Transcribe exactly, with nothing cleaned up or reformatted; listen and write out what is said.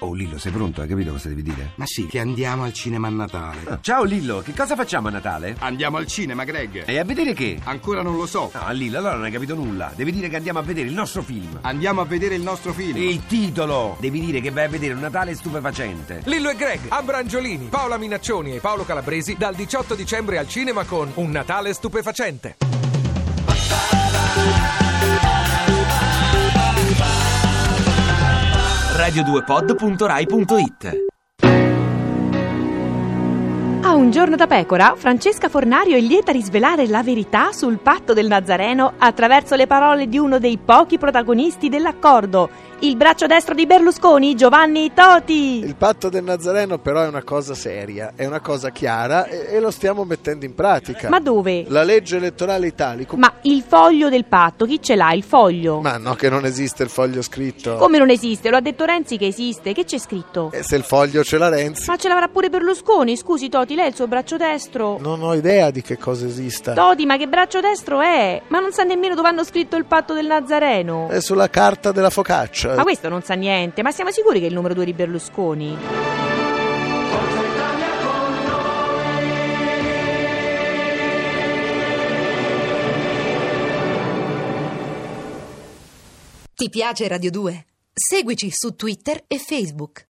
Oh Lillo, sei pronto? Hai capito cosa devi dire? Ma sì, che andiamo al cinema a Natale. Ah, ciao Lillo, che cosa facciamo a Natale? Andiamo al cinema, Greg. E a vedere che? Ancora non lo so. No, Lillo, allora non hai capito nulla. Devi dire che andiamo a vedere il nostro film. Andiamo a vedere il nostro film. Il titolo! Devi dire che vai a vedere un Natale stupefacente. Lillo e Greg, Ambra Angiolini, Paola Minaccioni e Paolo Calabresi dal diciotto dicembre al cinema con Un Natale stupefacente. radio due pod punto rai punto it. A Un giorno da pecora, Francesca Fornario è lieta di svelare la verità sul patto del Nazareno attraverso le parole di uno dei pochi protagonisti dell'accordo, il braccio destro di Berlusconi, Giovanni Toti. Il patto del Nazareno però è una cosa seria, è una cosa chiara e, e lo stiamo mettendo in pratica. Ma dove? La legge elettorale italico. Ma il foglio del patto, chi ce l'ha il foglio? Ma no, che non esiste il foglio scritto. Come non esiste? Lo ha detto Renzi che esiste, che c'è scritto? E se il foglio ce l'ha Renzi? Ma ce l'avrà pure Berlusconi, scusi Toti, lei è il suo braccio destro. Non ho idea di che cosa esista. Toti, ma che braccio destro è? Ma non sa nemmeno dove hanno scritto il patto del Nazareno. È sulla carta della focaccia. Ma questo non sa niente, ma siamo sicuri che è il numero due di Berlusconi? Ti piace Radio due? Seguici su Twitter e Facebook.